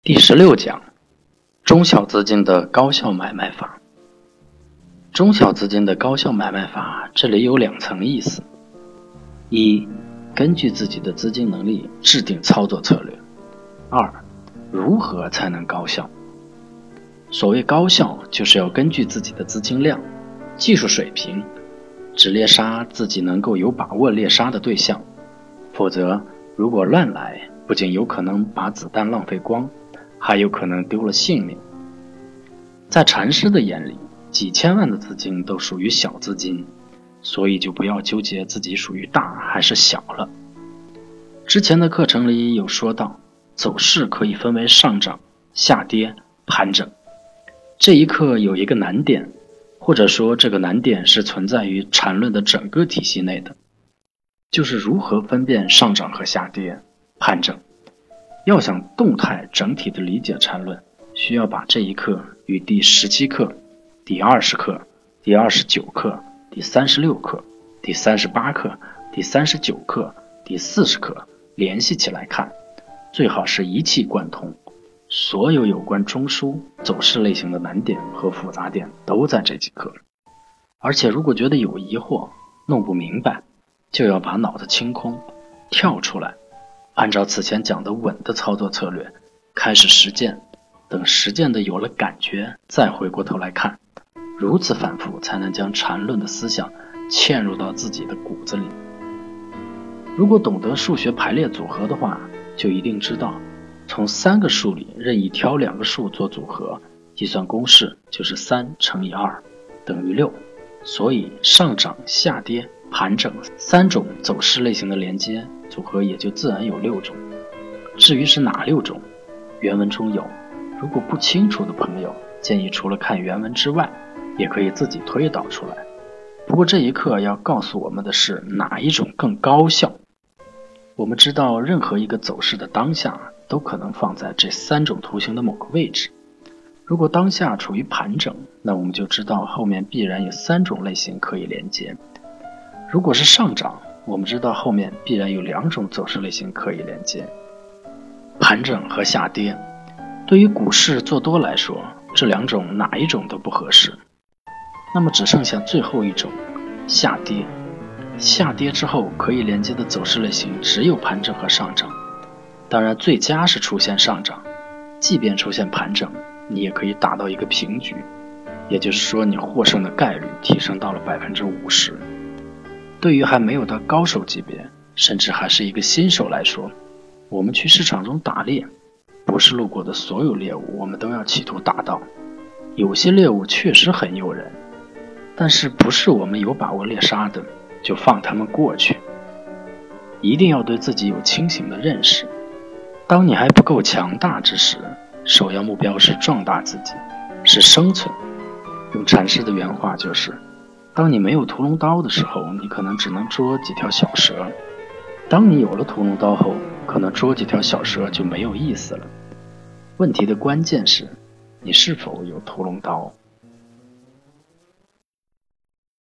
第16讲，中小资金的高效买卖法。中小资金的高效买卖法，这里有2层意思：一、根据自己的资金能力制定操作策略；二、如何才能高效。所谓高效，就是要根据自己的资金量、技术水平，只猎杀自己能够有把握猎杀的对象，否则如果乱来，不仅有可能把子弹浪费光，还有可能丢了性命。在禅师的眼里，几千万的资金都属于小资金，所以就不要纠结自己属于大还是小了。之前的课程里有说到，走势可以分为上涨、下跌、盘整。这一课有一个难点，或者说这个难点是存在于禅论的整个体系内的，就是如何分辨上涨和下跌、盘整。要想动态整体的理解禅论，需要把这一课与第17课、第20课、第29课、第36课、第38课、第39课、第40课联系起来看，最好是一气贯通。所有有关中枢走势类型的难点和复杂点都在这几课。而且如果觉得有疑惑，弄不明白，就要把脑子清空，跳出来，按照此前讲的稳的操作策略开始实践，等实践的有了感觉，再回过头来看，如此反复才能将禅论的思想嵌入到自己的骨子里。如果懂得数学排列组合的话，就一定知道从3个数里任意挑2个数做组合，计算公式就是3乘以2等于6。所以上涨、下跌、盘整3种走势类型的连接组合也就自然有6种。至于是哪6种，原文中有，如果不清楚的朋友，建议除了看原文之外，也可以自己推导出来。不过这一课要告诉我们的是哪一种更高效。我们知道任何一个走势的当下都可能放在这3种图形的某个位置。如果当下处于盘整，那我们就知道后面必然有3种类型可以连接。如果是上涨，我们知道后面必然有2种走势类型可以连接。盘整和下跌，对于股市做多来说，这2种哪一种都不合适。那么只剩下最后一种，下跌。下跌之后可以连接的走势类型只有盘整和上涨。当然最佳是出现上涨，即便出现盘整，你也可以达到一个平局，也就是说你获胜的概率提升到了 50%。 对于还没有到高手级别，甚至还是一个新手来说，我们去市场中打猎，不是路过的所有猎物我们都要企图打到。有些猎物确实很诱人，但是不是我们有把握猎杀的，就放他们过去。一定要对自己有清醒的认识。当你还不够强大之时，首要目标是壮大自己，是生存。用禅师的原话就是，当你没有屠龙刀的时候，你可能只能捉几条小蛇；当你有了屠龙刀后，可能捉几条小蛇就没有意思了。问题的关键是，你是否有屠龙刀？